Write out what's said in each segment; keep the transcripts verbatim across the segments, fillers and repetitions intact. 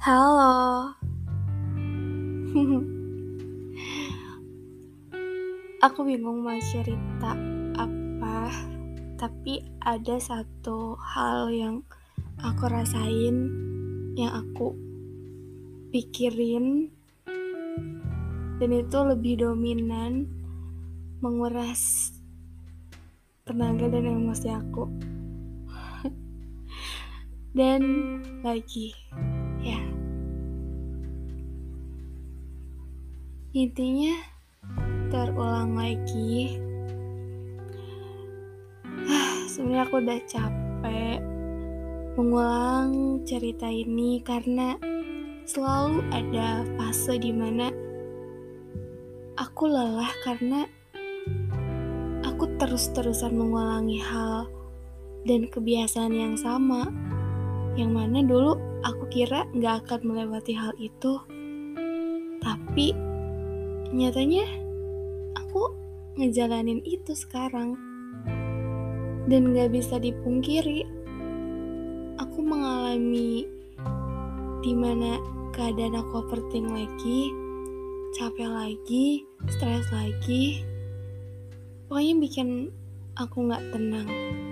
Halo. Aku bingung mau cerita apa, tapi ada satu hal yang aku rasain, yang aku pikirin, dan itu lebih dominan menguras tenaga dan emosi aku. Dan lagi, ya, intinya terulang lagi. Sebenarnya aku udah capek mengulang cerita ini karena selalu ada fase dimana aku lelah karena aku terus-terusan mengulangi hal dan kebiasaan yang sama, yang mana dulu aku kira gak akan melewati hal itu, tapi nyatanya aku ngejalanin itu sekarang. Dan gak bisa dipungkiri, aku mengalami dimana keadaan aku overthink lagi, capek lagi, stres lagi, pokoknya bikin aku gak tenang.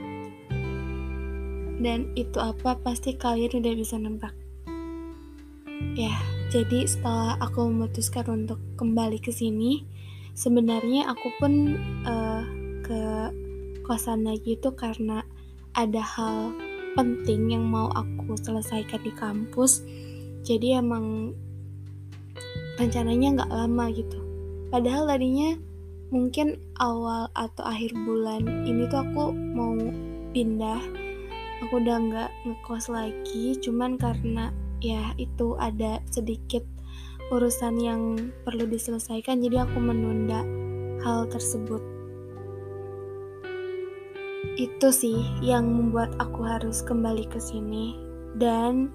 Dan itu apa pasti kalian udah bisa nebak. Ya, jadi setelah aku memutuskan untuk kembali ke sini, sebenarnya aku pun uh, ke kosan lagi itu karena ada hal penting yang mau aku selesaikan di kampus. Jadi emang rencananya gak lama gitu. Padahal tadinya mungkin awal atau akhir bulan ini tuh aku mau pindah. Aku udah gak ngekos lagi, cuman karena ya itu ada sedikit urusan yang perlu diselesaikan, jadi aku menunda hal tersebut. Itu sih yang membuat aku harus kembali ke sini. Dan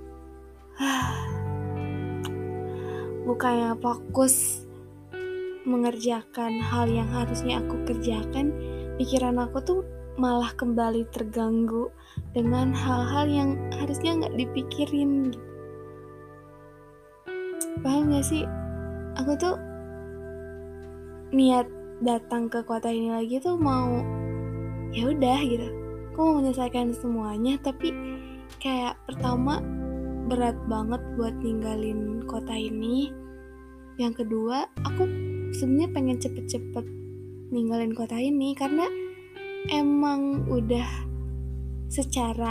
bukannya fokus mengerjakan hal yang harusnya aku kerjakan, pikiran aku tuh malah kembali terganggu dengan hal-hal yang harusnya gak dipikirin gitu. Paham gak sih? Aku tuh niat datang ke kota ini lagi tuh mau ya udah gitu, aku mau menyelesaikan semuanya, tapi kayak pertama berat banget buat ninggalin kota ini. Yang kedua, aku sebenarnya pengen cepet-cepet ninggalin kota ini karena emang udah secara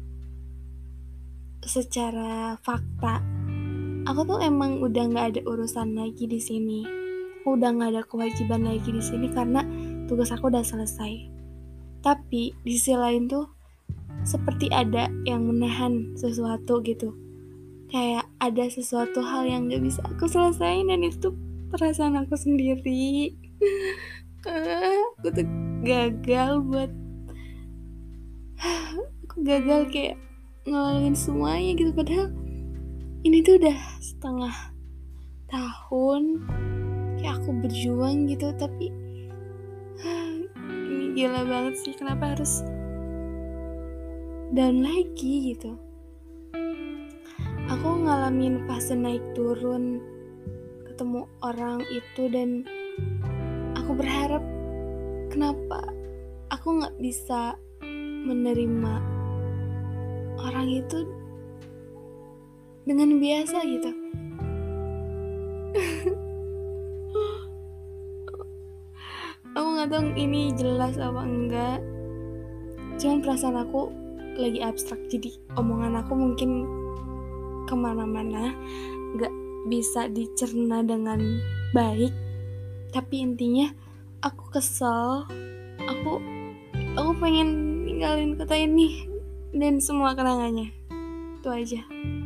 secara fakta aku tuh emang udah nggak ada urusan lagi di sini. Aku udah nggak ada kewajiban lagi di sini karena tugas aku udah selesai. Tapi di sisi lain tuh seperti ada yang menahan sesuatu gitu. Kayak ada sesuatu hal yang gak bisa aku selesain, dan itu perasaan aku sendiri. Aku tuh gagal buat aku gagal kayak ngelaluin semuanya gitu. Padahal ini tuh udah setengah tahun kayak aku berjuang gitu, tapi ini gila banget sih, kenapa harus down lagi gitu. Aku ngalamin fase naik turun, ketemu orang itu, dan aku berharap kenapa aku gak bisa menerima orang itu dengan biasa gitu. Aku gak tahu ini jelas apa enggak, cuman perasaan aku lagi abstrak, jadi omongan aku mungkin kemana-mana, gak bisa dicerna dengan baik. Tapi intinya aku kesel, aku aku pengen ninggalin kota ini dan semua kenangannya. Itu aja.